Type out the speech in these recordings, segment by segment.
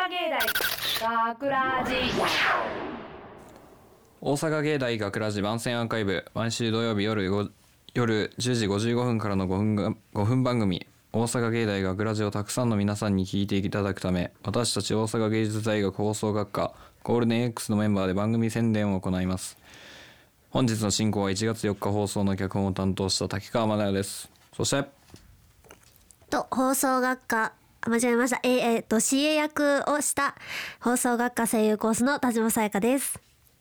芸大学ラジ大阪芸大学ラジ番宣アーカイブ、毎週土曜日夜10時55分からの5分番組、大阪芸大学ラジをたくさんの皆さんに聞いていただくため、私たち大阪芸術大学放送学科ゴールデン X のメンバーで番組宣伝を行います。本日の進行は1月4日放送の脚本を担当した滝川真奈也です。そして放送学科間違えました。CA 役をした放送学科声優コースの田島さやかです。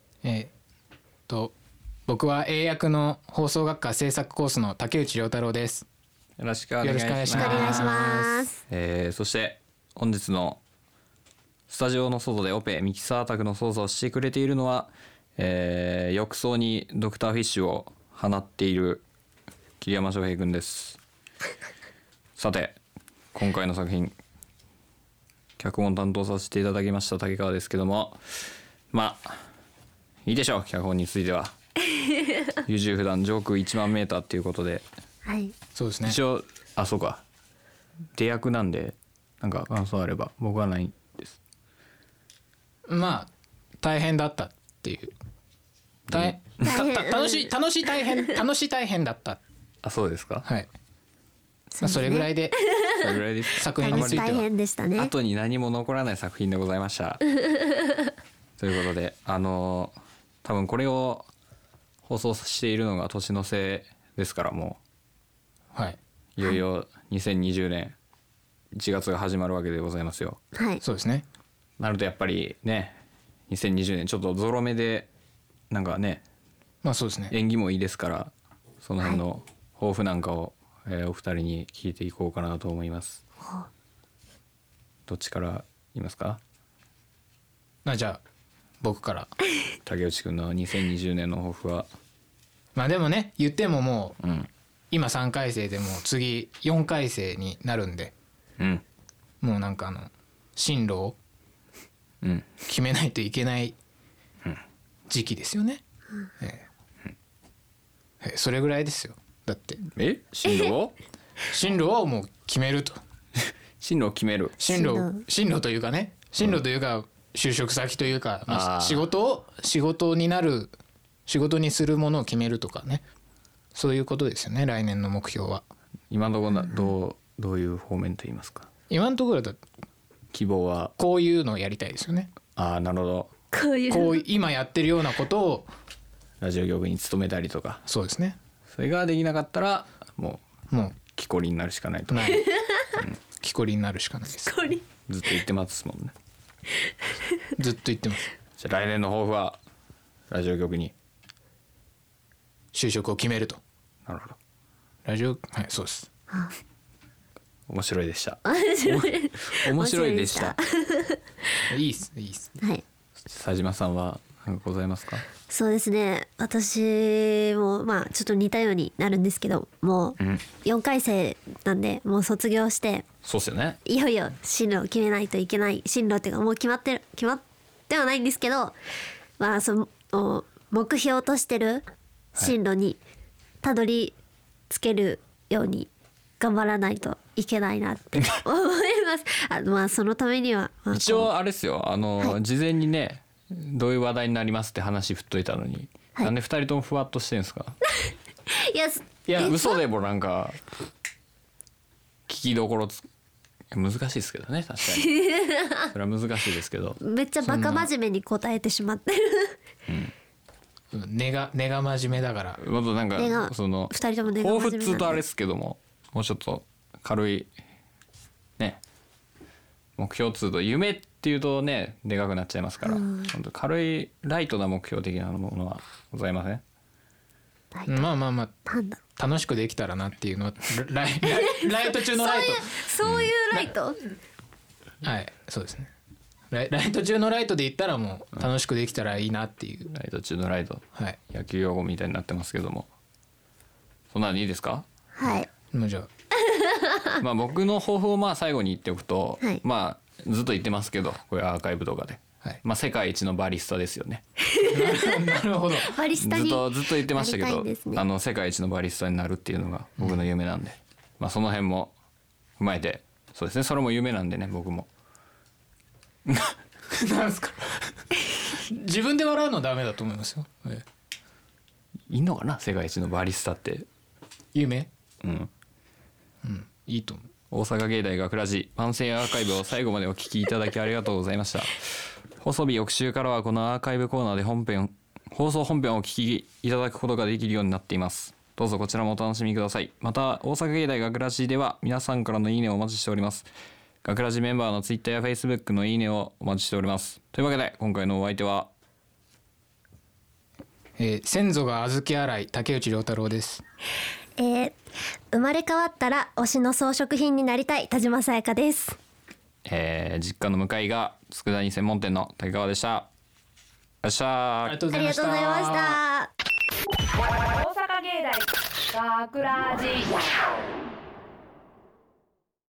僕は A 役の放送学科制作コースの竹内涼太郎です。 よろしくお願いします。 お願いします。 そして本日のスタジオの外でオペミキサー宅の操作をしてくれているのは、浴槽にドクターフィッシュを放っている桐山翔平くんです。さて今回の作品脚本担当させていただきました竹川ですけども、まあいいでしょう。脚本については優柔不断上空1万メーターっていうことで、 はい、 そうですね。 一応そうか出役なんでなんか感想あれば。僕はないです。 まあ大変だったっていう楽しい大変だった。 そうですか。 はい、それぐらいでそれぐらいです作品については大変でしたね。 後に何も残らない作品でございましたということで多分これを放送しているのが年の瀬ですから、もう、はい、 いよいよ2020年1月が始まるわけでございますよ。 はい、 そうですね。 なるとやっぱりね2020年ちょっとゾロ目でなんかね、 まあそうですね。 縁起もいいですから、その辺の抱負なんかを、お二人に聞いていこうかなと思います。どっちから言いますか。 じゃあ僕から竹内くんの2020年の抱負は。 まあでもね言ってももう、今3回生でもう次4回生になるんで、もうなんか進路を決めないといけない時期ですよね。それぐらいですよ。だって進路をもう決めると進路を決める。 進路というかね、進路というか就職先というか、仕事にするものを決めるとかね、そういうことですよね。来年の目標は今のところどういう方面と言いますか。 今のところだと希望はこういうのをやりたいですよね。 なるほど。 こう今やってるようなことをラジオ局に勤めたりとか。 そうですね。 それができなかったらもう木こりになるしかないと。 木こりになるしかないです。 ずっと言ってますもんね。 ずっと言ってます。 じゃあ来年の抱負はラジオ局に就職を決めると。 なるほど。 はい、そうです。 面白いでした。面白いでした。 いいっす。 はい。 佐島さんは何かございますか。 そうですね。私もちょっと似たようになるんですけど、もう4回生なんでもう卒業して、 そうですよね。 いよいよ進路を決めないといけない。進路っていうかもう決まってはないんですけど、その目標としてる進路にたどり着けるように頑張らないといけないなって思います。そのためには、 一応あれですよ。事前にねどういう話題になりますって話振っといたのに、なんで2人ともふわっとしてんすか。いや嘘でもなんか聞きどころ難しいですけどね。確かにそれは難しいですけどめっちゃバカ真面目に答えてしまってる。 根が真面目だから。 もっとなんかその 2人とも根が真面目なんで。 抱負っつうとあれですけども、もうちょっと軽いね目標っつうと夢っていうとねでかくなっちゃいますから、本当軽いライトな目標的なものはございません。 まあなんだろう、 楽しくできたらなっていうのはライト中のライト。 そういうライト、 はいそうですね。ライト中のライトで言ったらもう楽しくできたらいいなっていう、 ライト中のライト、 はい、 野球用語みたいになってますけども、そんなのいいですか。 はい。 もうじゃあ僕の抱負を最後に言っておくと、 はい、 ずっと言ってますけど、これアーカイブ動画で、 はい、 世界一のバリスタですよね。 なるほど。 バリスタにずっと言ってましたけど、 ね、 世界一のバリスタになるっていうのが僕の夢なんで、その辺も踏まえて、そうですね、それも夢なんでね、僕もなんすか自分で笑うのはダメだと思いますよ、 いいのかな世界一のバリスタって。 夢うんいいと思う。 大阪芸大学ラジ番宣アーカイブを最後までお聞きいただきありがとうございました。放送日翌週からはこのアーカイブコーナーで放送本編をお聞きいただくことができるようになっています。どうぞこちらもお楽しみください。また大阪芸大学ラジでは皆さんからのいいねをお待ちしております。学ラジメンバーのツイッターやフェイスブックのいいねをお待ちしております。というわけで今回のお相手は、 先祖が小豆洗い竹内涼太郎です。 生まれ変わったら推しの装飾品になりたい田島さやかです。 実家の向かいが佃煮専門店の竹川でした。ありがとうございました。 ありがとうございました。 ありがとうございました。 大阪芸大学ラジ